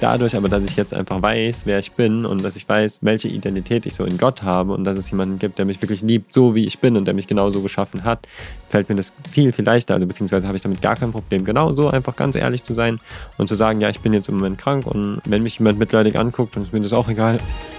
dadurch aber, dass ich jetzt einfach weiß, wer ich bin und dass ich weiß, welche Identität ich so in Gott habe und dass es jemanden gibt, der mich wirklich liebt, so wie ich bin und der mich genauso geschaffen hat, fällt mir das viel, viel leichter. Also beziehungsweise habe ich damit gar kein Problem. Genau so einfach ganz ehrlich zu sein und zu sagen, ja, ich bin jetzt im Moment krank und wenn mich jemand mitleidig anguckt, dann ist mir das auch egal.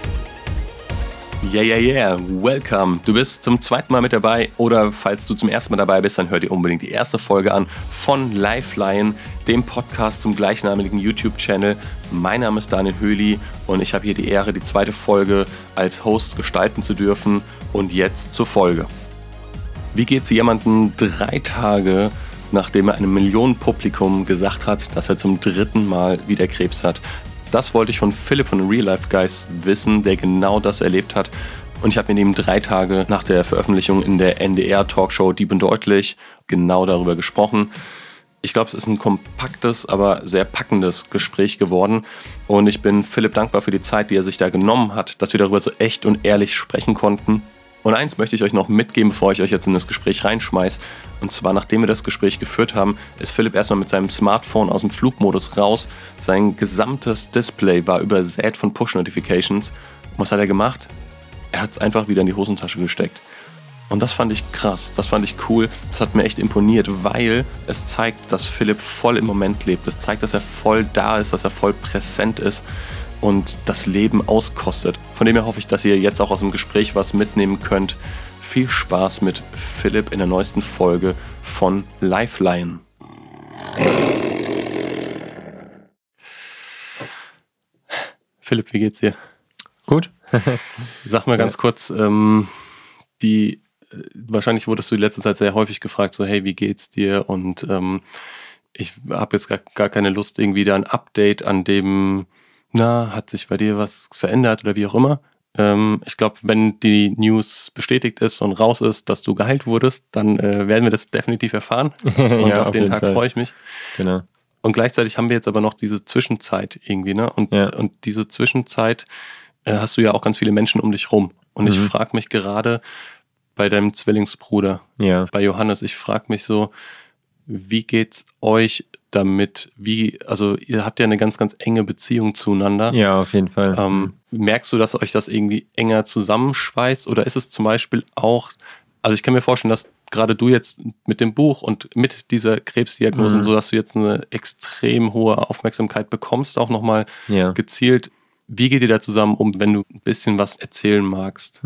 Yeah, welcome. Du bist zum zweiten Mal mit dabei oder falls du zum ersten Mal dabei bist, dann hör dir unbedingt die erste Folge an von Lifeline, dem Podcast zum gleichnamigen YouTube-Channel. Mein Name ist Daniel Höhli und ich habe hier die Ehre, die zweite Folge als Host gestalten zu dürfen. Und jetzt zur Folge. Wie geht es jemandem 3 Tage, nachdem er einem Millionenpublikum gesagt hat, dass er zum 3. Mal wieder Krebs hat? Das wollte ich von Philipp von Real Life Guys wissen, der genau das erlebt hat. Und ich habe mit ihm 3 Tage nach der Veröffentlichung in der NDR-Talkshow Diep und Deutlich genau darüber gesprochen. Ich glaube, es ist ein kompaktes, aber sehr packendes Gespräch geworden. Und ich bin Philipp dankbar für die Zeit, die er sich da genommen hat, dass wir darüber so echt und ehrlich sprechen konnten. Und eins möchte ich euch noch mitgeben, bevor ich euch jetzt in das Gespräch reinschmeiß. Und zwar, nachdem wir das Gespräch geführt haben, ist Philipp erstmal mit seinem Smartphone aus dem Flugmodus raus. Sein gesamtes Display war übersät von Push-Notifications. Und was hat er gemacht? Er hat es einfach wieder in die Hosentasche gesteckt. Und das fand ich krass, das fand ich cool, das hat mir echt imponiert, weil es zeigt, dass Philipp voll im Moment lebt. Es zeigt, dass er voll da ist, dass er voll präsent ist und das Leben auskostet. Von dem her hoffe ich, dass ihr jetzt auch aus dem Gespräch was mitnehmen könnt. Viel Spaß mit Philipp in der neuesten Folge von Lifeline. Philipp, wie geht's dir? Gut. Sag mal ganz kurz, wahrscheinlich wurdest du die letzte Zeit sehr häufig gefragt, so hey, wie geht's dir? Und ich habe jetzt gar keine Lust, irgendwie da ein Update an dem, hat sich bei dir was verändert oder wie auch immer. Ich glaube, wenn die News bestätigt ist und raus ist, dass du geheilt wurdest, dann werden wir das definitiv erfahren. Und Ja, auf den Tag freue ich mich. Genau. Und gleichzeitig haben wir jetzt aber noch diese Zwischenzeit irgendwie, ne? Und diese Zwischenzeit hast du ja auch ganz viele Menschen um dich rum. Und ich frage mich gerade bei deinem Zwillingsbruder, bei Johannes, ich frage mich so, wie geht's euch damit? Also ihr habt ja eine ganz, ganz enge Beziehung zueinander. Ja, auf jeden Fall. Merkst du, dass euch das irgendwie enger zusammenschweißt? Oder ist es zum Beispiel auch, also ich kann mir vorstellen, dass gerade du jetzt mit dem Buch und mit dieser Krebsdiagnose und so, dass du jetzt eine extrem hohe Aufmerksamkeit bekommst, auch nochmal gezielt. Wie geht ihr da zusammen um, wenn du ein bisschen was erzählen magst?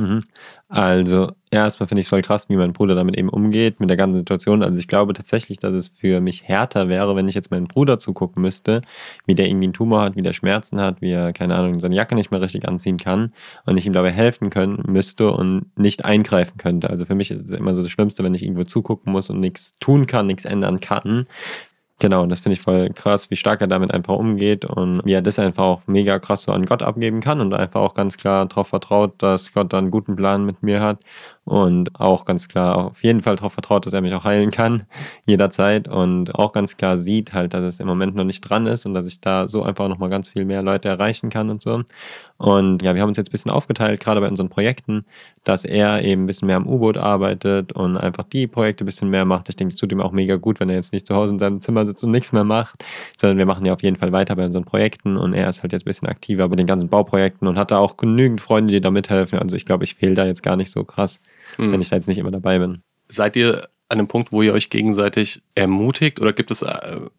Also, erstmal finde ich es voll krass, wie mein Bruder damit eben umgeht, mit der ganzen Situation. Also ich glaube tatsächlich, dass es für mich härter wäre, wenn ich jetzt meinen Bruder zugucken müsste, wie der irgendwie einen Tumor hat, wie der Schmerzen hat, wie er, keine Ahnung, seine Jacke nicht mehr richtig anziehen kann und ich ihm dabei helfen können müsste und nicht eingreifen könnte. Also für mich ist es immer so das Schlimmste, wenn ich irgendwo zugucken muss und nichts tun kann, nichts ändern kann. Genau, und das finde ich voll krass, wie stark er damit einfach umgeht und wie er das einfach auch mega krass so an Gott abgeben kann und einfach auch ganz klar darauf vertraut, dass Gott da einen guten Plan mit mir hat und auch ganz klar auf jeden Fall darauf vertraut, dass er mich auch heilen kann, jederzeit und auch ganz klar sieht halt, dass es im Moment noch nicht dran ist und dass ich da so einfach nochmal ganz viel mehr Leute erreichen kann und so. Und ja, wir haben uns jetzt ein bisschen aufgeteilt, gerade bei unseren Projekten, dass er eben ein bisschen mehr am U-Boot arbeitet und einfach die Projekte ein bisschen mehr macht. Ich denke, es tut ihm auch mega gut, wenn er jetzt nicht zu Hause in seinem Zimmer sitzt und nichts mehr macht, sondern wir machen ja auf jeden Fall weiter bei unseren Projekten und er ist halt jetzt ein bisschen aktiver bei den ganzen Bauprojekten und hat da auch genügend Freunde, die da mithelfen. Also ich glaube, ich fehle da jetzt gar nicht so krass, wenn ich da jetzt nicht immer dabei bin. Seid ihr an einem Punkt, wo ihr euch gegenseitig ermutigt oder gibt es, also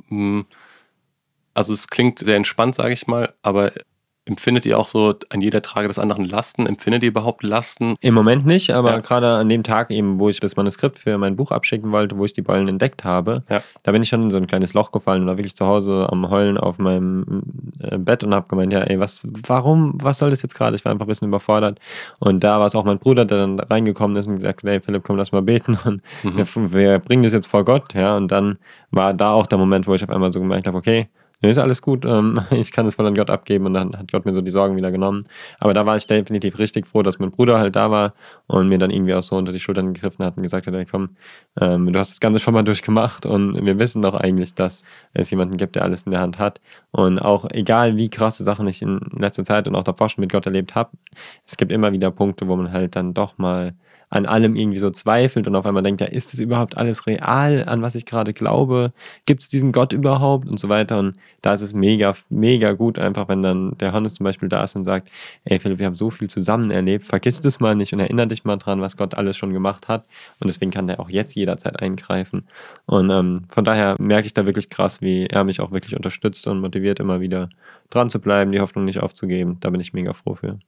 es klingt sehr entspannt, sage ich mal, aber empfindet ihr auch so an jeder Trage des anderen Lasten? Empfindet ihr überhaupt Lasten? Im Moment nicht, aber gerade an dem Tag eben, wo ich das Manuskript für mein Buch abschicken wollte, wo ich die Beulen entdeckt habe, da bin ich schon in so ein kleines Loch gefallen und war wirklich zu Hause am Heulen auf meinem Bett und habe gemeint, was soll das jetzt gerade? Ich war einfach ein bisschen überfordert und da war es auch mein Bruder, der dann reingekommen ist und gesagt hat, hey Philipp, komm, lass mal beten und wir bringen das jetzt vor Gott, und dann war da auch der Moment, wo ich auf einmal so gemerkt habe, okay, ist alles gut, ich kann es voll an Gott abgeben und dann hat Gott mir so die Sorgen wieder genommen. Aber da war ich definitiv richtig froh, dass mein Bruder halt da war und mir dann irgendwie auch so unter die Schultern gegriffen hat und gesagt hat, hey komm, du hast das Ganze schon mal durchgemacht und wir wissen doch eigentlich, dass es jemanden gibt, der alles in der Hand hat. Und auch egal wie krasse Sachen ich in letzter Zeit und auch davor schon mit Gott erlebt habe, es gibt immer wieder Punkte, wo man halt dann doch mal an allem irgendwie so zweifelt und auf einmal denkt, ja, ist das überhaupt alles real, an was ich gerade glaube? Gibt es diesen Gott überhaupt und so weiter? Und da ist es mega, mega gut einfach, wenn dann der Hannes zum Beispiel da ist und sagt, ey Philipp, wir haben so viel zusammen erlebt, vergiss das mal nicht und erinnere dich mal dran, was Gott alles schon gemacht hat. Und deswegen kann der auch jetzt jederzeit eingreifen. Und von daher merke ich da wirklich krass, wie er mich auch wirklich unterstützt und motiviert, immer wieder dran zu bleiben, die Hoffnung nicht aufzugeben. Da bin ich mega froh für.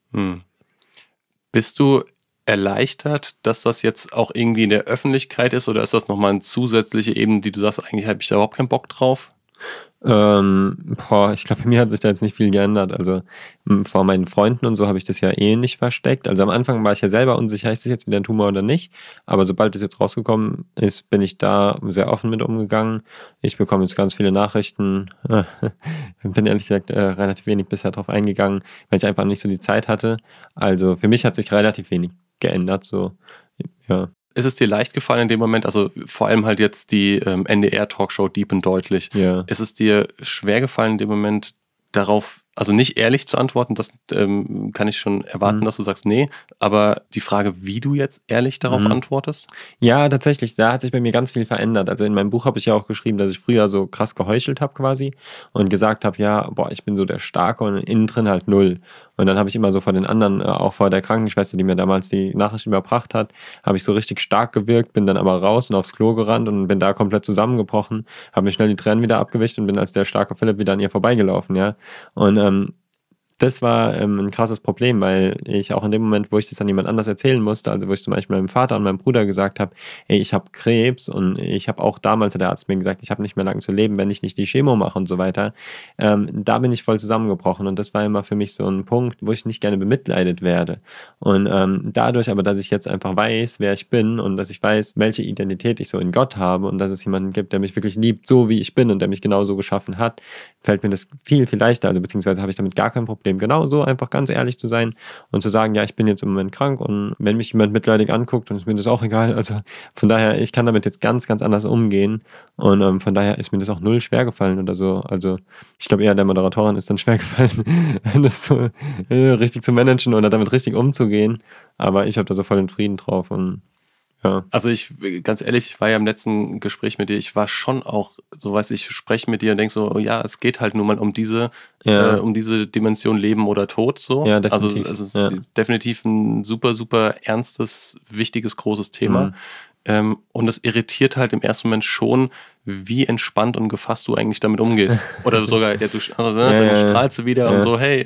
Bist du erleichtert, dass das jetzt auch irgendwie in der Öffentlichkeit ist oder ist das nochmal eine zusätzliche Ebene, die du sagst, eigentlich habe ich da überhaupt keinen Bock drauf? Ich glaube, bei mir hat sich da jetzt nicht viel geändert. Also vor meinen Freunden und so habe ich das ja nicht versteckt. Also am Anfang war ich ja selber unsicher, ist das jetzt wieder ein Tumor oder nicht. Aber sobald es jetzt rausgekommen ist, bin ich da sehr offen mit umgegangen. Ich bekomme jetzt ganz viele Nachrichten. Bin ehrlich gesagt relativ wenig bisher drauf eingegangen, weil ich einfach nicht so die Zeit hatte. Also für mich hat sich relativ wenig geändert. So, ja. Ist es dir leicht gefallen in dem Moment, also vor allem halt jetzt die NDR-Talkshow Deep und Deutlich, ist es dir schwer gefallen in dem Moment darauf, also nicht ehrlich zu antworten, das kann ich schon erwarten, dass du sagst, nee, aber die Frage, wie du jetzt ehrlich darauf antwortest? Ja, tatsächlich, da hat sich bei mir ganz viel verändert. Also in meinem Buch habe ich ja auch geschrieben, dass ich früher so krass geheuchelt habe quasi und gesagt habe, ja, ich bin so der Starke und innen drin halt null. Und dann habe ich immer so vor den anderen, auch vor der Krankenschwester, die mir damals die Nachricht überbracht hat, habe ich so richtig stark gewirkt, bin dann aber raus und aufs Klo gerannt und bin da komplett zusammengebrochen, habe mir schnell die Tränen wieder abgewischt und bin als der starke Philipp wieder an ihr vorbeigelaufen, ja. Und das war ein krasses Problem, weil ich auch in dem Moment, wo ich das an jemand anders erzählen musste, also wo ich zum Beispiel meinem Vater und meinem Bruder gesagt habe, ey, ich habe Krebs und ich habe auch damals, hat der Arzt mir gesagt, ich habe nicht mehr lange zu leben, wenn ich nicht die Chemo mache und so weiter, da bin ich voll zusammengebrochen und das war immer für mich so ein Punkt, wo ich nicht gerne bemitleidet werde. Und dadurch aber, dass ich jetzt einfach weiß, wer ich bin und dass ich weiß, welche Identität ich so in Gott habe und dass es jemanden gibt, der mich wirklich liebt, so wie ich bin und der mich genauso geschaffen hat, fällt mir das viel, viel leichter, also beziehungsweise habe ich damit gar kein Problem. Genau so einfach ganz ehrlich zu sein und zu sagen, ja, ich bin jetzt im Moment krank und wenn mich jemand mitleidig anguckt, dann ist mir das auch egal. Also von daher, ich kann damit jetzt ganz, ganz anders umgehen und von daher ist mir das auch null schwer gefallen oder so. Also ich glaube eher der Moderatorin ist dann schwer gefallen, das so richtig zu managen oder damit richtig umzugehen. Aber ich habe da so voll den Frieden drauf und ja. Also ganz ehrlich, ich war ja im letzten Gespräch mit dir, ich war schon auch, so weiß ich, spreche mit dir und denke so, oh ja, es geht halt nun mal um diese Dimension Leben oder Tod, so. Ja, definitiv. Also es ist definitiv ein super, super ernstes, wichtiges, großes Thema. Und es irritiert halt im ersten Moment schon, wie entspannt und gefasst du eigentlich damit umgehst. Oder sogar, dann strahlst du wieder und so, hey,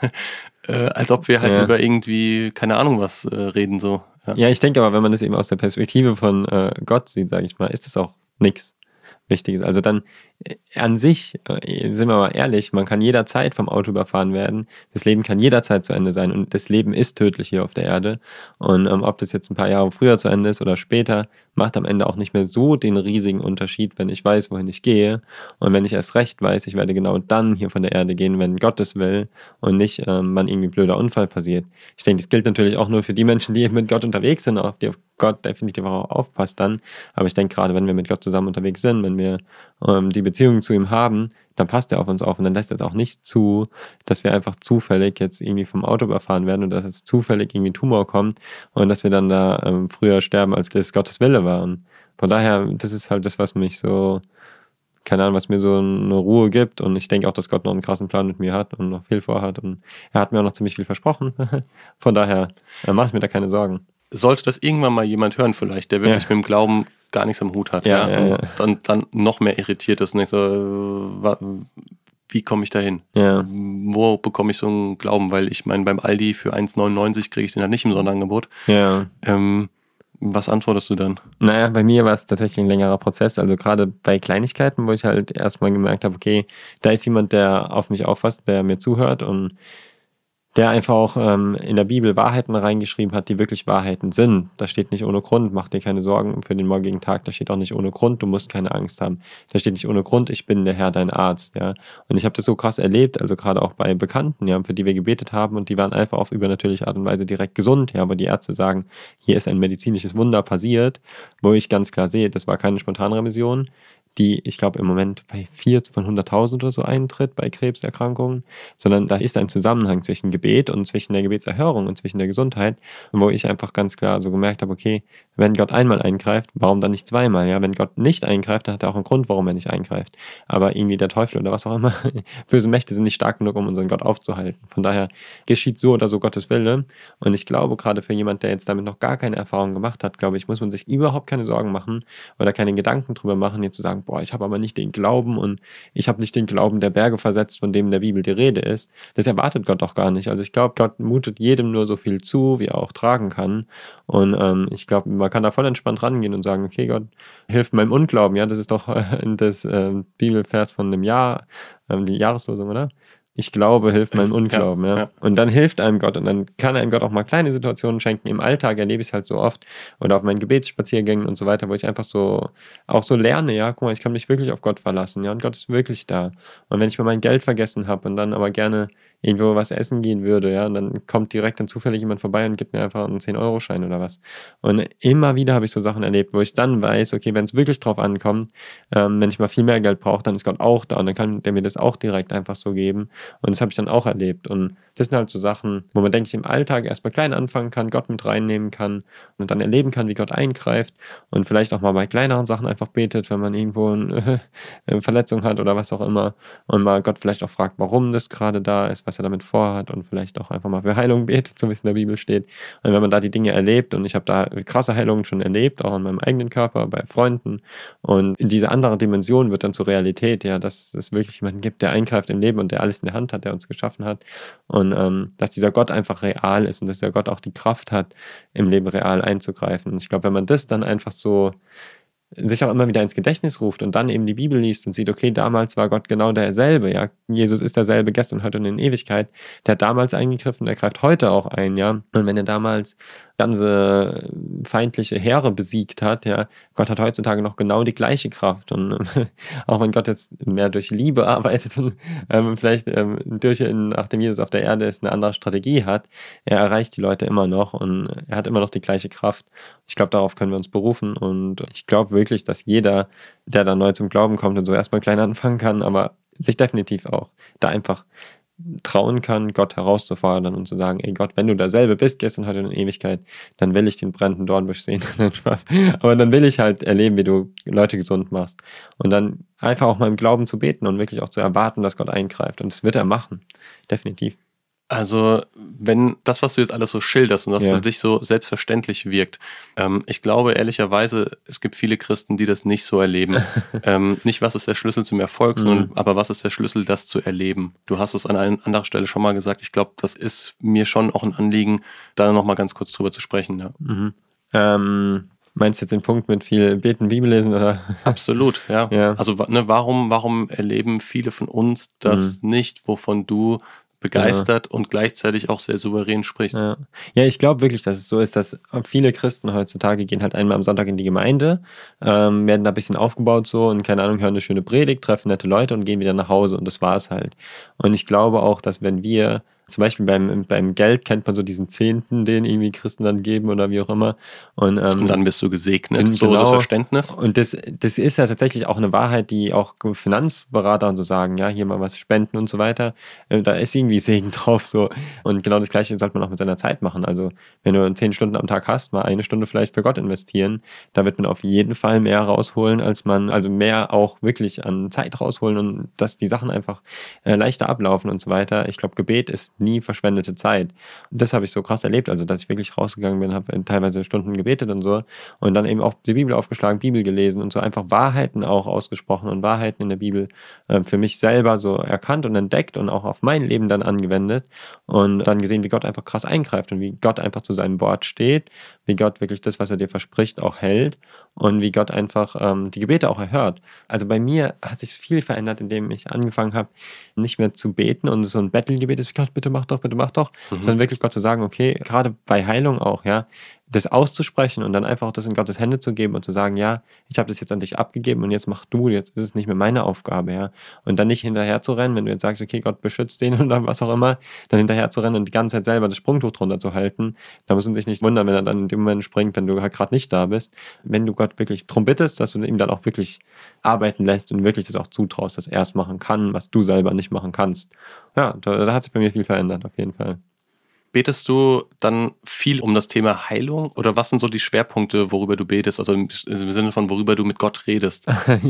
als ob wir halt über irgendwie, keine Ahnung was, reden, so. Ja, ich denke aber, wenn man das eben aus der Perspektive von Gott sieht, sage ich mal, ist das auch nichts Wichtiges. Also dann an sich, sind wir mal ehrlich, man kann jederzeit vom Auto überfahren werden. Das Leben kann jederzeit zu Ende sein und das Leben ist tödlich hier auf der Erde. Und ob das jetzt ein paar Jahre früher zu Ende ist oder später, macht am Ende auch nicht mehr so den riesigen Unterschied, wenn ich weiß, wohin ich gehe und wenn ich erst recht weiß, ich werde genau dann hier von der Erde gehen, wenn Gott es will und nicht, wann irgendwie ein blöder Unfall passiert. Ich denke, das gilt natürlich auch nur für die Menschen, die eben mit Gott unterwegs sind, auf die Gott definitiv auch aufpasst dann. Aber ich denke, gerade wenn wir mit Gott zusammen unterwegs sind, wenn wir die Beziehung zu ihm haben, dann passt er auf uns auf und dann lässt er es auch nicht zu, dass wir einfach zufällig jetzt irgendwie vom Auto überfahren werden oder dass es zufällig irgendwie ein Tumor kommt und dass wir dann da früher sterben, als das Gottes Wille war. Und von daher, das ist halt das, was mich so, keine Ahnung, was mir so eine Ruhe gibt und ich denke auch, dass Gott noch einen krassen Plan mit mir hat und noch viel vorhat und er hat mir auch noch ziemlich viel versprochen. Von daher mache ich mir da keine Sorgen. Sollte das irgendwann mal jemand hören vielleicht, der wirklich mit dem Glauben gar nichts am Hut hat, und dann noch mehr irritiert ist und denkt so, wie komme ich da hin? Ja. Wo bekomme ich so einen Glauben? Weil ich meine, beim Aldi für 1,99 kriege ich den halt nicht im Sonderangebot. Ja. Was antwortest du dann? Naja, bei mir war es tatsächlich ein längerer Prozess, also gerade bei Kleinigkeiten, wo ich halt erstmal gemerkt habe, okay, da ist jemand, der auf mich aufpasst, der mir zuhört und der einfach auch in der Bibel Wahrheiten reingeschrieben hat, die wirklich Wahrheiten sind. Da steht nicht ohne Grund, mach dir keine Sorgen für den morgigen Tag. Da steht auch nicht ohne Grund, du musst keine Angst haben. Da steht nicht ohne Grund, ich bin der Herr, dein Arzt. Ja. Und ich habe das so krass erlebt, also gerade auch bei Bekannten, ja, für die wir gebetet haben und die waren einfach auf übernatürliche Art und Weise direkt gesund. Ja, wo die Ärzte sagen, hier ist ein medizinisches Wunder passiert, wo ich ganz klar sehe, das war keine Spontanremission. die, ich glaube, im Moment bei 4 von 100.000 oder so eintritt bei Krebserkrankungen, sondern da ist ein Zusammenhang zwischen Gebet und zwischen der Gebetserhörung und zwischen der Gesundheit, wo ich einfach ganz klar so gemerkt habe, okay, wenn Gott einmal eingreift, warum dann nicht zweimal? Ja, wenn Gott nicht eingreift, dann hat er auch einen Grund, warum er nicht eingreift. Aber irgendwie der Teufel oder was auch immer, böse Mächte sind nicht stark genug, um unseren Gott aufzuhalten. Von daher geschieht so oder so Gottes Wille. Und ich glaube, gerade für jemand, der jetzt damit noch gar keine Erfahrung gemacht hat, glaube ich, muss man sich überhaupt keine Sorgen machen oder keine Gedanken drüber machen, jetzt zu sagen, boah, ich habe aber nicht den Glauben und ich habe nicht den Glauben der Berge versetzt, von dem in der Bibel die Rede ist. Das erwartet Gott doch gar nicht. Also ich glaube, Gott mutet jedem nur so viel zu, wie er auch tragen kann. Und ich glaube, man kann da voll entspannt rangehen und sagen, okay, Gott, hilf meinem Unglauben. Ja, das ist doch das Bibelvers von dem Jahr, die Jahreslosung, oder? Ich glaube, hilft meinem Unglauben, ja. Und dann hilft einem Gott und dann kann einem Gott auch mal kleine Situationen schenken. Im Alltag erlebe ich es halt so oft oder auf meinen Gebetsspaziergängen und so weiter, wo ich einfach so auch so lerne, ja, guck mal, ich kann mich wirklich auf Gott verlassen, ja, und Gott ist wirklich da. Und wenn ich mal mein Geld vergessen habe und dann aber gerne irgendwo was essen gehen würde, ja, und dann kommt direkt dann zufällig jemand vorbei und gibt mir einfach einen 10-Euro-Schein oder was. Und immer wieder habe ich so Sachen erlebt, wo ich dann weiß, okay, wenn es wirklich drauf ankommt, wenn ich mal viel mehr Geld brauche, dann ist Gott auch da und dann kann der mir das auch direkt einfach so geben. Und das habe ich dann auch erlebt. Und das sind halt so Sachen, wo man, denke ich, im Alltag erstmal klein anfangen kann, Gott mit reinnehmen kann und dann erleben kann, wie Gott eingreift und vielleicht auch mal bei kleineren Sachen einfach betet, wenn man irgendwo eine Verletzung hat oder was auch immer und mal Gott vielleicht auch fragt, warum das gerade da ist, was er damit vorhat und vielleicht auch einfach mal für Heilung betet, so wie es in der Bibel steht. Und wenn man da die Dinge erlebt und ich habe da krasse Heilungen schon erlebt, auch in meinem eigenen Körper, bei Freunden und diese andere Dimension wird dann zur Realität, ja, dass es wirklich jemanden gibt, der eingreift im Leben und der alles in der Hand hat, der uns geschaffen hat und dass dieser Gott einfach real ist und dass der Gott auch die Kraft hat, im Leben real einzugreifen. Und ich glaube, wenn man das dann einfach so sich auch immer wieder ins Gedächtnis ruft und dann eben die Bibel liest und sieht, okay, damals war Gott genau derselbe, ja, Jesus ist derselbe gestern, heute und in Ewigkeit, der hat damals eingegriffen, der greift heute auch ein, ja, und wenn er damals ganze feindliche Heere besiegt hat, ja, Gott hat heutzutage noch genau die gleiche Kraft und auch wenn Gott jetzt mehr durch Liebe arbeitet und vielleicht nachdem Jesus auf der Erde ist, eine andere Strategie hat, er erreicht die Leute immer noch und er hat immer noch die gleiche Kraft. Ich glaube, darauf können wir uns berufen und ich glaube wirklich, dass jeder, der da neu zum Glauben kommt und so erstmal klein anfangen kann, aber sich definitiv auch da einfach trauen kann, Gott herauszufordern und zu sagen, ey Gott, wenn du derselbe bist, gestern, heute und in Ewigkeit, dann will ich den brennenden Dornbusch sehen. Spaß. Aber dann will ich halt erleben, wie du Leute gesund machst. Und dann einfach auch mal im Glauben zu beten und wirklich auch zu erwarten, dass Gott eingreift. Und das wird er machen. Definitiv. Also, wenn das, was du jetzt alles so schilderst und das für dich so selbstverständlich wirkt, ich glaube ehrlicherweise, es gibt viele Christen, die das nicht so erleben. Nicht, was ist der Schlüssel zum Erfolg, sondern aber was ist der Schlüssel, das zu erleben? Du hast es an einer anderen Stelle schon mal gesagt. Ich glaube, das ist mir schon auch ein Anliegen, da nochmal ganz kurz drüber zu sprechen. Ja. Meinst du jetzt den Punkt mit viel Beten, Bibel lesen, oder? Absolut, ja. Also, warum erleben viele von uns das nicht, wovon du begeistert und gleichzeitig auch sehr souverän sprichst? Ja, ich glaube wirklich, dass es so ist, dass viele Christen heutzutage gehen halt einmal am Sonntag in die Gemeinde, werden da ein bisschen aufgebaut so und keine Ahnung, hören eine schöne Predigt, treffen nette Leute und gehen wieder nach Hause und das war es halt. Und ich glaube auch, dass wenn wir zum Beispiel beim Geld kennt man so diesen Zehnten, den irgendwie Christen dann geben oder wie auch immer. Und dann bist du gesegnet, so das Verständnis. Und das ist ja tatsächlich auch eine Wahrheit, die auch Finanzberater und so sagen, ja, hier mal was spenden und so weiter. Da ist irgendwie Segen drauf so. Und genau das Gleiche sollte man auch mit seiner Zeit machen. Also wenn du 10 Stunden am Tag hast, mal 1 Stunde vielleicht für Gott investieren, da wird man auf jeden Fall mehr rausholen, also mehr auch wirklich an Zeit rausholen und dass die Sachen einfach leichter ablaufen und so weiter. Ich glaube, Gebet ist nie verschwendete Zeit. Und das habe ich so krass erlebt, also dass ich wirklich rausgegangen bin, habe teilweise Stunden gebetet und so und dann eben auch die Bibel aufgeschlagen, Bibel gelesen und so einfach Wahrheiten auch ausgesprochen und Wahrheiten in der Bibel für mich selber so erkannt und entdeckt und auch auf mein Leben dann angewendet und dann gesehen, wie Gott einfach krass eingreift und wie Gott einfach zu seinem Wort steht, wie Gott wirklich das, was er dir verspricht, auch hält und wie Gott einfach die Gebete auch erhört. Also bei mir hat sich viel verändert, indem ich angefangen habe, nicht mehr zu beten und so ein Bettelgebet ist, Gott, bitte mach doch, sondern wirklich Gott zu sagen, okay, gerade bei Heilung auch, ja, das auszusprechen und dann einfach das in Gottes Hände zu geben und zu sagen, ja, ich habe das jetzt an dich abgegeben und jetzt mach du, jetzt ist es nicht mehr meine Aufgabe, ja. Und dann nicht hinterher zu rennen, wenn du jetzt sagst, okay, Gott beschützt den oder was auch immer, dann hinterher zu rennen und die ganze Zeit selber das Sprungtuch drunter zu halten. Da muss man sich nicht wundern, wenn er dann in dem Moment springt, wenn du halt gerade nicht da bist. Wenn du Gott wirklich drum bittest, dass du ihm dann auch wirklich arbeiten lässt und wirklich das auch zutraust, dass er es machen kann, was du selber nicht machen kannst. Ja, da hat sich bei mir viel verändert, auf jeden Fall. Betest du dann viel um das Thema Heilung oder was sind so die Schwerpunkte, worüber du betest? Also im Sinne von, worüber du mit Gott redest?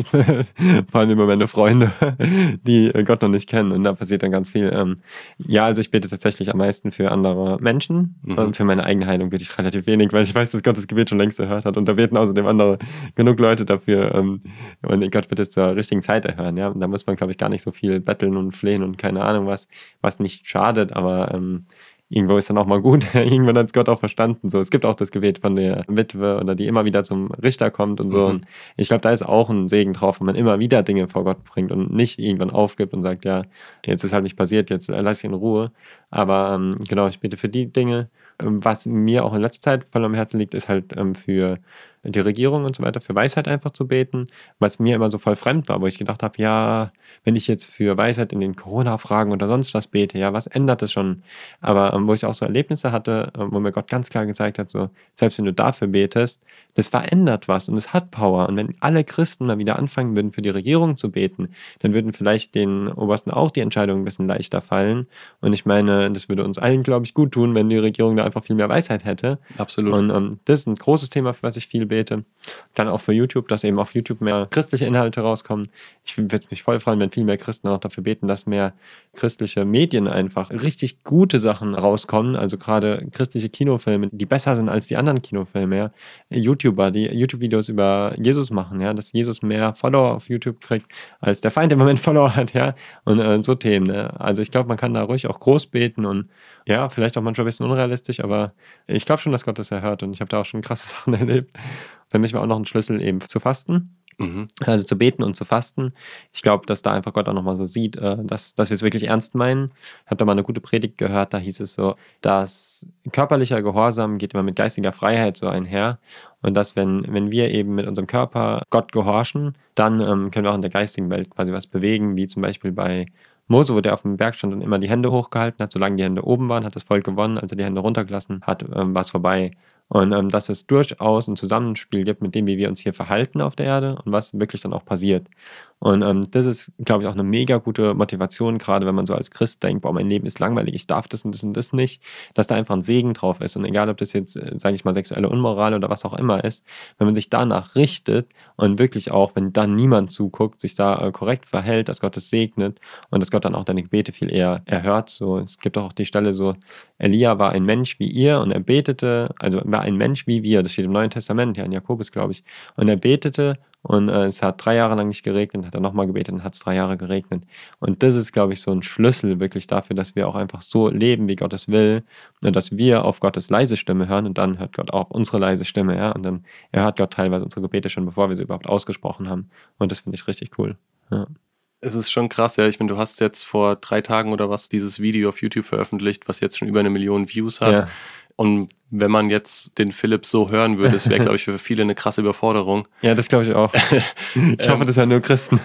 Vor allem über meine Freunde, die Gott noch nicht kennen und da passiert dann ganz viel. Ja, also ich bete tatsächlich am meisten für andere Menschen und für meine eigene Heilung bete ich relativ wenig, weil ich weiß, dass Gott das Gebet schon längst erhört hat und da beten außerdem andere genug Leute dafür und Gott wird es zur richtigen Zeit erhören. Ja? Und da muss man, glaube ich, gar nicht so viel betteln und flehen und keine Ahnung was nicht schadet, aber irgendwo ist dann auch mal gut. Irgendwann hat es Gott auch verstanden. So, es gibt auch das Gebet von der Witwe oder die immer wieder zum Richter kommt und so. Und ich glaube, da ist auch ein Segen drauf, wenn man immer wieder Dinge vor Gott bringt und nicht irgendwann aufgibt und sagt, ja, jetzt ist halt nicht passiert, jetzt lass ich in Ruhe. Aber genau, ich bete für die Dinge. Was mir auch in letzter Zeit voll am Herzen liegt, ist halt für die Regierung und so weiter, für Weisheit einfach zu beten, was mir immer so voll fremd war, wo ich gedacht habe, ja, wenn ich jetzt für Weisheit in den Corona-Fragen oder sonst was bete, ja, was ändert das schon? Aber wo ich auch so Erlebnisse hatte, wo mir Gott ganz klar gezeigt hat, so, selbst wenn du dafür betest, das verändert was und es hat Power. Und wenn alle Christen mal wieder anfangen würden, für die Regierung zu beten, dann würden vielleicht den Obersten auch die Entscheidungen ein bisschen leichter fallen. Und ich meine, das würde uns allen, glaube ich, gut tun, wenn die Regierung da einfach viel mehr Weisheit hätte. Absolut. Und das ist ein großes Thema, für was ich viel bete. Dann auch für YouTube, dass eben auf YouTube mehr christliche Inhalte rauskommen. Ich würde mich voll freuen, wenn viel mehr Christen auch dafür beten, dass mehr christliche Medien einfach richtig gute Sachen rauskommen. Also gerade christliche Kinofilme, die besser sind als die anderen Kinofilme. Ja. YouTuber, die YouTube-Videos über Jesus machen, ja, dass Jesus mehr Follower auf YouTube kriegt, als der Feind im Moment Follower hat, ja. Und so Themen. Ne? Also ich glaube, man kann da ruhig auch groß beten und ja, vielleicht auch manchmal ein bisschen unrealistisch, aber ich glaube schon, dass Gott das erhört und ich habe da auch schon krasse Sachen erlebt. Für mich war auch noch ein Schlüssel eben zu fasten. Also zu beten und zu fasten. Ich glaube, dass da einfach Gott auch nochmal so sieht, dass wir es wirklich ernst meinen. Ich habe da mal eine gute Predigt gehört, da hieß es so, dass körperlicher Gehorsam geht immer mit geistiger Freiheit so einher und dass wenn wir eben mit unserem Körper Gott gehorchen, dann können wir auch in der geistigen Welt quasi was bewegen, wie zum Beispiel bei Mose, wo der auf dem Berg stand und immer die Hände hochgehalten hat, solange die Hände oben waren, hat das Volk gewonnen. Als er die Hände runtergelassen hat, war es vorbei. Und dass es durchaus ein Zusammenspiel gibt mit dem, wie wir uns hier verhalten auf der Erde und was wirklich dann auch passiert. Und das ist, glaube ich, auch eine mega gute Motivation, gerade wenn man so als Christ denkt, boah, mein Leben ist langweilig, ich darf das und das nicht, dass da einfach ein Segen drauf ist. Und egal, ob das jetzt, sage ich mal, sexuelle Unmoral oder was auch immer ist, wenn man sich danach richtet und wirklich auch, wenn dann niemand zuguckt, sich da korrekt verhält, dass Gott es segnet und dass Gott dann auch deine Gebete viel eher erhört. So, es gibt auch die Stelle so, Elia war ein Mensch wie ihr und er betete, also war ein Mensch wie wir, das steht im Neuen Testament, ja in Jakobus, glaube ich, und er betete und es hat 3 Jahre lang nicht geregnet, hat er nochmal gebetet und hat es 3 Jahre geregnet. Und das ist, glaube ich, so ein Schlüssel wirklich dafür, dass wir auch einfach so leben, wie Gott es will und dass wir auf Gottes leise Stimme hören und dann hört Gott auch unsere leise Stimme, ja, und dann hört Gott teilweise unsere Gebete schon, bevor wir sie überhaupt ausgesprochen haben. Und das finde ich richtig cool. Ja. Es ist schon krass, ja. Ich meine, du hast jetzt vor 3 Tagen oder was dieses Video auf YouTube veröffentlicht, was jetzt schon über 1 Million Views hat. Ja. Und wenn man jetzt den Philipp so hören würde, das wäre, glaube ich, für viele eine krasse Überforderung. Ja, das glaube ich auch. Ich hoffe, das hören nur Christen.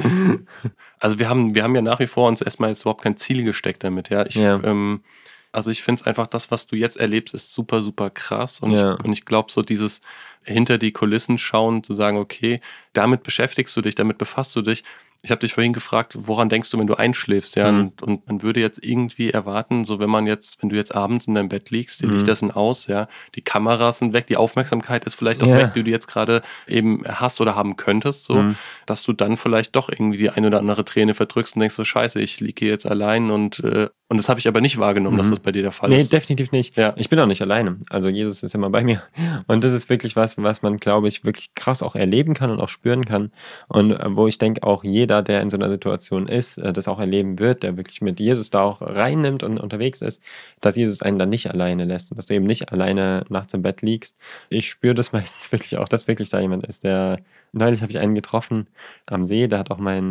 Also wir haben ja nach wie vor uns erstmal jetzt überhaupt kein Ziel gesteckt damit, ja. Also ich finde es einfach, das, was du jetzt erlebst, ist super, super krass. Und ich glaube, so dieses hinter die Kulissen schauen, zu sagen, okay, damit beschäftigst du dich, damit befasst du dich. Ich habe dich vorhin gefragt, woran denkst du, wenn du einschläfst, ja? Und man würde jetzt irgendwie erwarten, so wenn du jetzt abends in deinem Bett liegst, die Lichter sind aus, ja, die Kameras sind weg, die Aufmerksamkeit ist vielleicht auch weg, die du jetzt gerade eben hast oder haben könntest, so, dass du dann vielleicht doch irgendwie die ein oder andere Träne verdrückst und denkst so, scheiße, ich liege hier jetzt allein und das habe ich aber nicht wahrgenommen, dass das bei dir der Fall ist. Nee, definitiv nicht. Ja. Ich bin auch nicht alleine. Also Jesus ist immer bei mir. Und das ist wirklich was man, glaube ich, wirklich krass auch erleben kann und auch spüren kann. Und wo ich denke, auch jeder, der in so einer Situation ist, das auch erleben wird, der wirklich mit Jesus da auch reinnimmt und unterwegs ist, dass Jesus einen dann nicht alleine lässt und dass du eben nicht alleine nachts im Bett liegst. Ich spüre das meistens wirklich auch, dass wirklich da jemand ist, neulich habe ich einen getroffen am See, der hat auch mein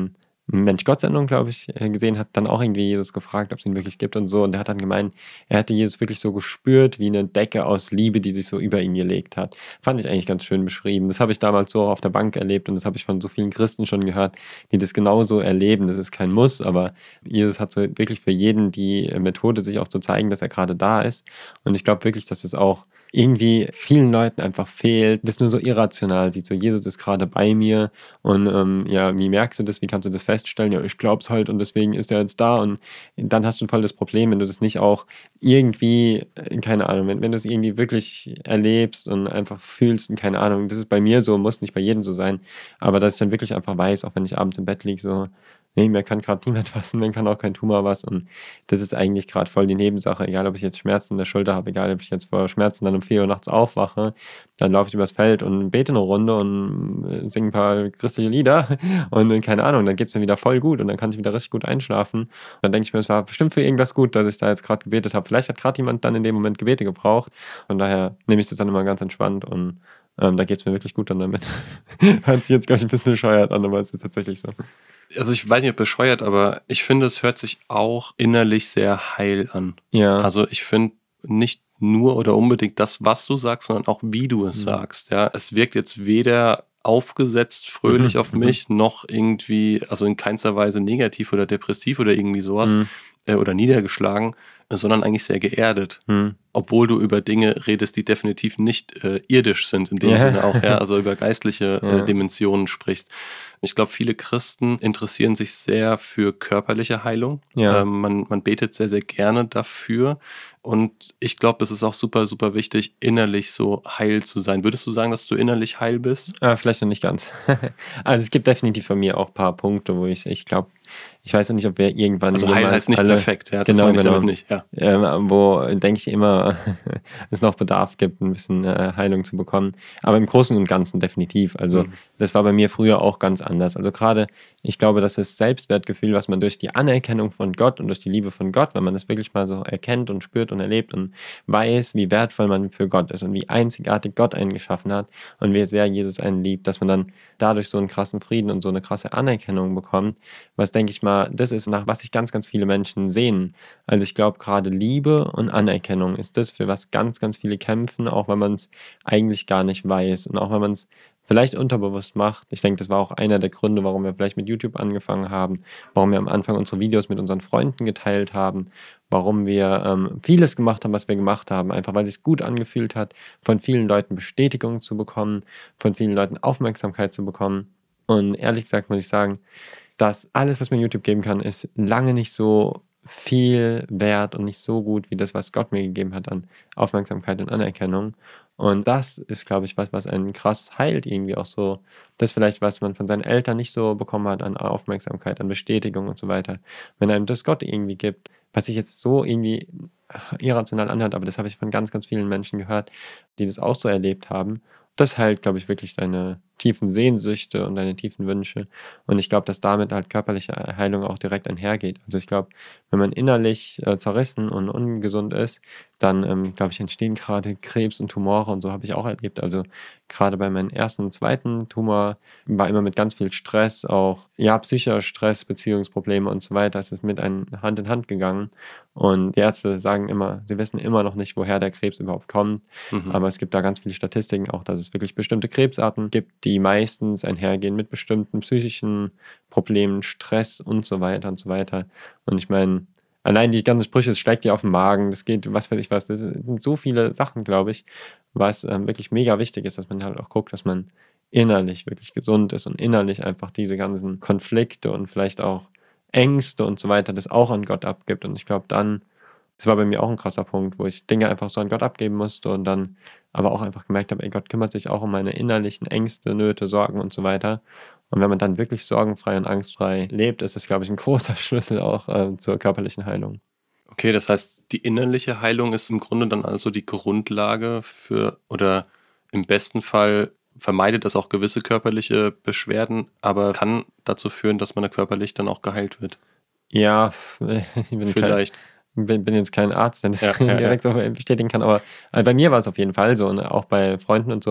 Mensch-Gott-Sendung, glaube ich, gesehen, hat dann auch irgendwie Jesus gefragt, ob es ihn wirklich gibt und so. Und der hat dann gemeint, er hätte Jesus wirklich so gespürt wie eine Decke aus Liebe, die sich so über ihn gelegt hat. Fand ich eigentlich ganz schön beschrieben. Das habe ich damals so auf der Bank erlebt und das habe ich von so vielen Christen schon gehört, die das genauso erleben. Das ist kein Muss, aber Jesus hat so wirklich für jeden die Methode, sich auch zu zeigen, dass er gerade da ist. Und ich glaube wirklich, dass es auch irgendwie vielen Leuten einfach fehlt, das nur so irrational sieht, so Jesus ist gerade bei mir und ja, wie merkst du das, wie kannst du das feststellen? Ja, ich glaub's halt und deswegen ist er jetzt da und dann hast du voll das Problem, wenn du das nicht auch irgendwie, keine Ahnung, wenn du es irgendwie wirklich erlebst und einfach fühlst und keine Ahnung, das ist bei mir so, muss nicht bei jedem so sein, aber dass ich dann wirklich einfach weiß, auch wenn ich abends im Bett liege, so, nee, mir kann gerade niemand was und dann kann auch kein Tumor was und das ist eigentlich gerade voll die Nebensache, egal ob ich jetzt Schmerzen in der Schulter habe, egal ob ich jetzt vor Schmerzen dann um 4 Uhr nachts aufwache, dann laufe ich übers Feld und bete eine Runde und singe ein paar christliche Lieder und keine Ahnung, dann geht es mir wieder voll gut und dann kann ich wieder richtig gut einschlafen. Dann denke ich mir, es war bestimmt für irgendwas gut, dass ich da jetzt gerade gebetet habe. Vielleicht hat gerade jemand dann in dem Moment Gebete gebraucht. Von daher nehme ich das dann immer ganz entspannt und da geht es mir wirklich gut dann damit. Hört sich jetzt, glaube ich, ein bisschen bescheuert an, aber es ist tatsächlich so. Also ich weiß nicht, ob bescheuert, aber ich finde, es hört sich auch innerlich sehr heil an. Ja. Also ich finde nicht nur oder unbedingt das, was du sagst, sondern auch wie du es sagst. Ja, es wirkt jetzt weder aufgesetzt, fröhlich auf mich, noch irgendwie, also in keinster Weise negativ oder depressiv oder irgendwie sowas oder niedergeschlagen, sondern eigentlich sehr geerdet. Obwohl du über Dinge redest, die definitiv nicht irdisch sind, in dem Sinne auch, ja, also über geistliche Dimensionen sprichst. Ich glaube, viele Christen interessieren sich sehr für körperliche Heilung. Ja. Man betet sehr, sehr gerne dafür. Und ich glaube, es ist auch super, super wichtig, innerlich so heil zu sein. Würdest du sagen, dass du innerlich heil bist? Vielleicht noch nicht ganz. Also es gibt definitiv von mir auch ein paar Punkte, wo ich glaube, ich weiß noch nicht, ob wir irgendwann... Also heil heißt nicht perfekt, ja, das genau, meine ich damit nicht. Ja. Wo, denke ich, immer es noch Bedarf gibt, ein bisschen Heilung zu bekommen. Aber im Großen und Ganzen definitiv. Also das war bei mir früher auch ganz anders. Also gerade, ich glaube, dass das Selbstwertgefühl, was man durch die Anerkennung von Gott und durch die Liebe von Gott, wenn man das wirklich mal so erkennt und spürt und erlebt und weiß, wie wertvoll man für Gott ist und wie einzigartig Gott einen geschaffen hat und wie sehr Jesus einen liebt, dass man dann dadurch so einen krassen Frieden und so eine krasse Anerkennung bekommt, was, denke ich mal, das ist, nach was sich ganz, ganz viele Menschen sehen. Also ich glaube, gerade Liebe und Anerkennung ist das, für was ganz, ganz viele kämpfen, auch wenn man es eigentlich gar nicht weiß und auch wenn man es vielleicht unterbewusst macht. Ich denke, das war auch einer der Gründe, warum wir vielleicht mit YouTube angefangen haben, warum wir am Anfang unsere Videos mit unseren Freunden geteilt haben, warum wir vieles gemacht haben, was wir gemacht haben, einfach weil es sich gut angefühlt hat, von vielen Leuten Bestätigung zu bekommen, von vielen Leuten Aufmerksamkeit zu bekommen. Und ehrlich gesagt muss ich sagen, dass alles, was mir YouTube geben kann, ist lange nicht so viel wert und nicht so gut wie das, was Gott mir gegeben hat an Aufmerksamkeit und Anerkennung. Und das ist, glaube ich, was einen krass heilt irgendwie auch so. Das ist vielleicht, was man von seinen Eltern nicht so bekommen hat an Aufmerksamkeit, an Bestätigung und so weiter. Wenn einem das Gott irgendwie gibt, was sich jetzt so irgendwie irrational anhört, aber das habe ich von ganz, ganz vielen Menschen gehört, die das auch so erlebt haben. Das heilt, glaube ich, wirklich deine tiefen Sehnsüchte und deine tiefen Wünsche. Und ich glaube, dass damit halt körperliche Heilung auch direkt einhergeht. Also ich glaube, wenn man innerlich zerrissen und ungesund ist, dann, glaube ich, entstehen gerade Krebs und Tumore und so habe ich auch erlebt. Also gerade bei meinem ersten und zweiten Tumor war immer mit ganz viel Stress, auch ja, psychischer Stress, Beziehungsprobleme und so weiter. Es ist mit einem Hand in Hand gegangen. Und die Ärzte sagen immer, sie wissen immer noch nicht, woher der Krebs überhaupt kommt. Aber es gibt da ganz viele Statistiken, auch dass es wirklich bestimmte Krebsarten gibt, die meistens einhergehen mit bestimmten psychischen Problemen, Stress und so weiter und so weiter. Und ich meine, allein die ganzen Sprüche, es schlägt dir auf den Magen, das geht, was weiß ich was, das sind so viele Sachen, glaube ich, was wirklich mega wichtig ist, dass man halt auch guckt, dass man innerlich wirklich gesund ist und innerlich einfach diese ganzen Konflikte und vielleicht auch Ängste und so weiter, das auch an Gott abgibt. Und ich glaube dann, das war bei mir auch ein krasser Punkt, wo ich Dinge einfach so an Gott abgeben musste und dann aber auch einfach gemerkt habe, ey, Gott kümmert sich auch um meine innerlichen Ängste, Nöte, Sorgen und so weiter. Und wenn man dann wirklich sorgenfrei und angstfrei lebt, ist das, glaube ich, ein großer Schlüssel auch zur körperlichen Heilung. Okay, das heißt, die innerliche Heilung ist im Grunde dann also die Grundlage für, oder im besten Fall vermeidet das auch gewisse körperliche Beschwerden, aber kann dazu führen, dass man körperlich dann auch geheilt wird. Ja, ich bin vielleicht. Bin jetzt kein Arzt, der das direkt so bestätigen kann, aber bei mir war es auf jeden Fall so und auch bei Freunden und so,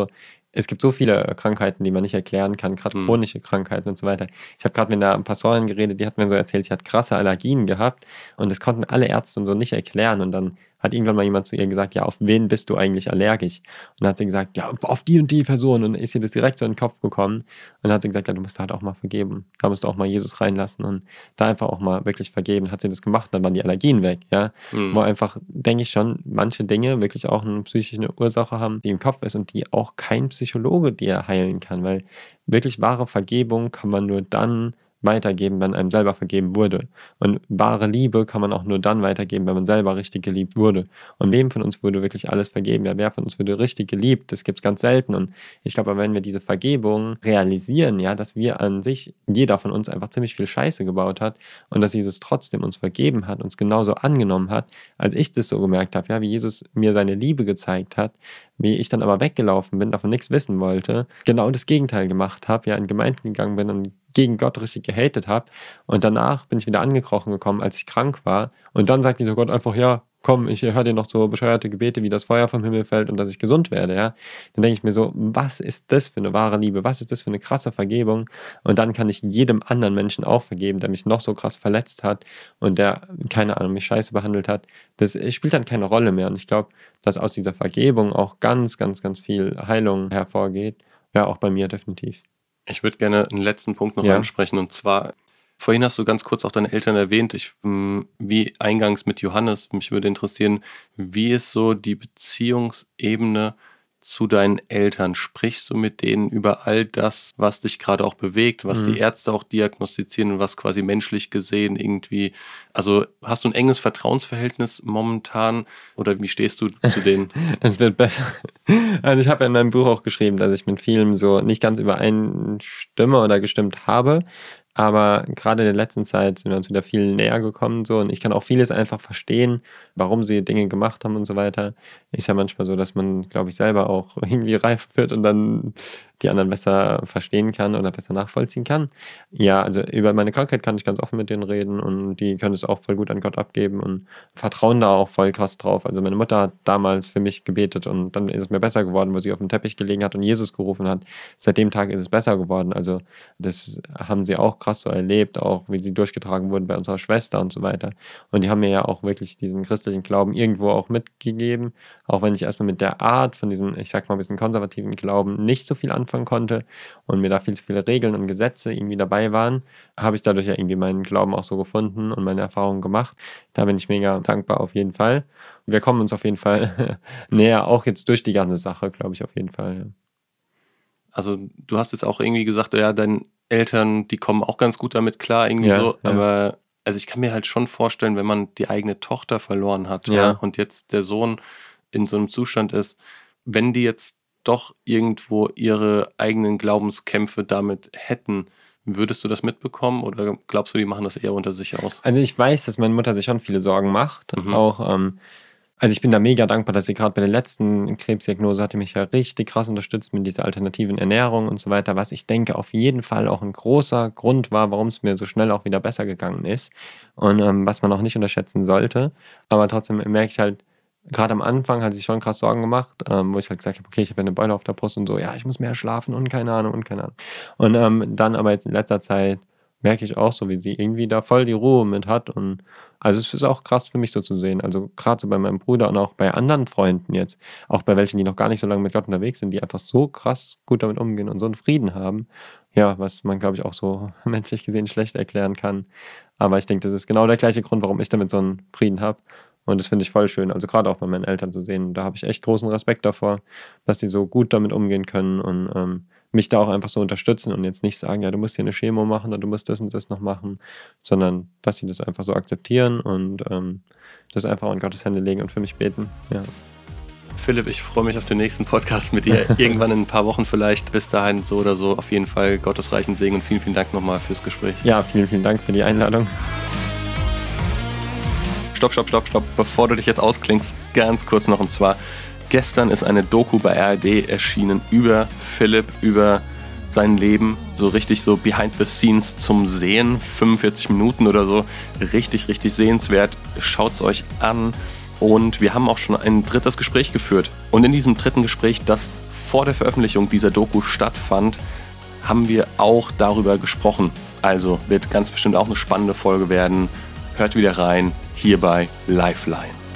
es gibt so viele Krankheiten, die man nicht erklären kann, gerade chronische Krankheiten und so weiter. Ich habe gerade mit einer Pastorin geredet, die hat mir so erzählt, sie hat krasse Allergien gehabt und das konnten alle Ärzte und so nicht erklären. Und dann hat irgendwann mal jemand zu ihr gesagt, ja, auf wen bist du eigentlich allergisch? Und dann hat sie gesagt, ja, auf die und die Person. Und ist ihr das direkt so in den Kopf gekommen. Und dann hat sie gesagt, ja, du musst halt auch mal vergeben. Da musst du auch mal Jesus reinlassen und da einfach auch mal wirklich vergeben. Hat sie das gemacht, dann waren die Allergien weg, ja. Wo einfach, denke ich schon, manche Dinge wirklich auch eine psychische Ursache haben, die im Kopf ist und die auch kein Psychologe dir heilen kann, weil wirklich wahre Vergebung kann man nur dann weitergeben, wenn einem selber vergeben wurde. Und wahre Liebe kann man auch nur dann weitergeben, wenn man selber richtig geliebt wurde. Und wem von uns wurde wirklich alles vergeben? Ja, wer von uns wurde richtig geliebt? Das gibt es ganz selten. Und ich glaube, wenn wir diese Vergebung realisieren, ja, dass wir an sich, jeder von uns einfach ziemlich viel Scheiße gebaut hat und dass Jesus trotzdem uns vergeben hat, uns genauso angenommen hat, als ich das so gemerkt habe, ja, wie Jesus mir seine Liebe gezeigt hat, wie ich dann aber weggelaufen bin, davon nichts wissen wollte, genau das Gegenteil gemacht habe, ja, in Gemeinden gegangen bin und gegen Gott richtig gehatet habe und danach bin ich wieder angekrochen gekommen, als ich krank war und dann sagt dieser Gott einfach, ja, komm, ich höre dir noch so bescheuerte Gebete, wie das Feuer vom Himmel fällt und dass ich gesund werde, ja. Dann denke ich mir so, was ist das für eine wahre Liebe? Was ist das für eine krasse Vergebung? Und dann kann ich jedem anderen Menschen auch vergeben, der mich noch so krass verletzt hat und der, keine Ahnung, mich scheiße behandelt hat. Das spielt dann keine Rolle mehr. Und ich glaube, dass aus dieser Vergebung auch ganz, ganz, ganz viel Heilung hervorgeht. Ja, auch bei mir definitiv. Ich würde gerne einen letzten Punkt noch ansprechen und zwar, vorhin hast du ganz kurz auch deine Eltern erwähnt, wie eingangs mit Johannes, mich würde interessieren, wie ist so die Beziehungsebene zu deinen Eltern? Sprichst du mit denen über all das, was dich gerade auch bewegt, was die Ärzte auch diagnostizieren und was quasi menschlich gesehen irgendwie, also hast du ein enges Vertrauensverhältnis momentan oder wie stehst du zu denen? Es wird besser. Also ich habe ja in meinem Buch auch geschrieben, dass ich mit vielen so nicht ganz übereinstimme oder gestimmt habe. Aber gerade in der letzten Zeit sind wir uns wieder viel näher gekommen so und ich kann auch vieles einfach verstehen, warum sie Dinge gemacht haben und so weiter. Ist ja manchmal so, dass man, glaube ich, selber auch irgendwie reif wird und dann die anderen besser verstehen kann oder besser nachvollziehen kann. Ja, also über meine Krankheit kann ich ganz offen mit denen reden und die können es auch voll gut an Gott abgeben und vertrauen da auch voll krass drauf. Also meine Mutter hat damals für mich gebetet und dann ist es mir besser geworden, wo sie auf dem Teppich gelegen hat und Jesus gerufen hat. Seit dem Tag ist es besser geworden. Also das haben sie auch krass so erlebt, auch wie sie durchgetragen wurden bei unserer Schwester und so weiter. Und die haben mir ja auch wirklich diesen christlichen Glauben irgendwo auch mitgegeben, auch wenn ich erstmal mit der Art von diesem, ich sag mal ein bisschen konservativen Glauben nicht so viel anfangen konnte und mir da viel zu viele Regeln und Gesetze irgendwie dabei waren, habe ich dadurch ja irgendwie meinen Glauben auch so gefunden und meine Erfahrungen gemacht. Da bin ich mega dankbar auf jeden Fall. Wir kommen uns auf jeden Fall näher, auch jetzt durch die ganze Sache, glaube ich auf jeden Fall. Ja. Also du hast jetzt auch irgendwie gesagt, ja, deine Eltern, die kommen auch ganz gut damit klar, irgendwie so, aber also ich kann mir halt schon vorstellen, wenn man die eigene Tochter verloren hat und jetzt der Sohn in so einem Zustand ist, wenn die jetzt doch irgendwo ihre eigenen Glaubenskämpfe damit hätten, würdest du das mitbekommen oder glaubst du, die machen das eher unter sich aus? Also ich weiß, dass meine Mutter sich schon viele Sorgen macht, auch also ich bin da mega dankbar, dass sie gerade bei der letzten Krebsdiagnose hatte mich ja richtig krass unterstützt mit dieser alternativen Ernährung und so weiter, was ich denke auf jeden Fall auch ein großer Grund war, warum es mir so schnell auch wieder besser gegangen ist und was man auch nicht unterschätzen sollte. Aber trotzdem merke ich halt, gerade am Anfang hat sie sich schon krass Sorgen gemacht, wo ich halt gesagt habe, okay, ich habe ja eine Beule auf der Brust und so, ja, ich muss mehr schlafen und keine Ahnung. Und dann aber jetzt in letzter Zeit merke ich auch so, wie sie irgendwie da voll die Ruhe mit hat und also es ist auch krass für mich so zu sehen, also gerade so bei meinem Bruder und auch bei anderen Freunden jetzt, auch bei welchen, die noch gar nicht so lange mit Gott unterwegs sind, die einfach so krass gut damit umgehen und so einen Frieden haben, ja, was man glaube ich auch so menschlich gesehen schlecht erklären kann, aber ich denke, das ist genau der gleiche Grund, warum ich damit so einen Frieden habe. Und das finde ich voll schön, also gerade auch bei meinen Eltern zu sehen, da habe ich echt großen Respekt davor, dass sie so gut damit umgehen können und mich da auch einfach so unterstützen und jetzt nicht sagen, ja, du musst hier eine Chemo machen oder du musst das und das noch machen, sondern dass sie das einfach so akzeptieren und das einfach in Gottes Hände legen und für mich beten. Ja. Philipp, ich freue mich auf den nächsten Podcast mit dir. Irgendwann in ein paar Wochen vielleicht. Bis dahin so oder so. Auf jeden Fall Gottes reichen Segen und vielen, vielen Dank nochmal fürs Gespräch. Ja, vielen, vielen Dank für die Einladung. Stopp. Bevor du dich jetzt ausklingst, ganz kurz noch und zwar, gestern ist eine Doku bei ARD erschienen über Philipp, über sein Leben, so richtig so behind the scenes zum Sehen, 45 Minuten oder so, richtig, richtig sehenswert, schaut's euch an und wir haben auch schon ein drittes Gespräch geführt und in diesem dritten Gespräch, das vor der Veröffentlichung dieser Doku stattfand, haben wir auch darüber gesprochen. Also wird ganz bestimmt auch eine spannende Folge werden. Hört wieder rein, hier bei Lifeline.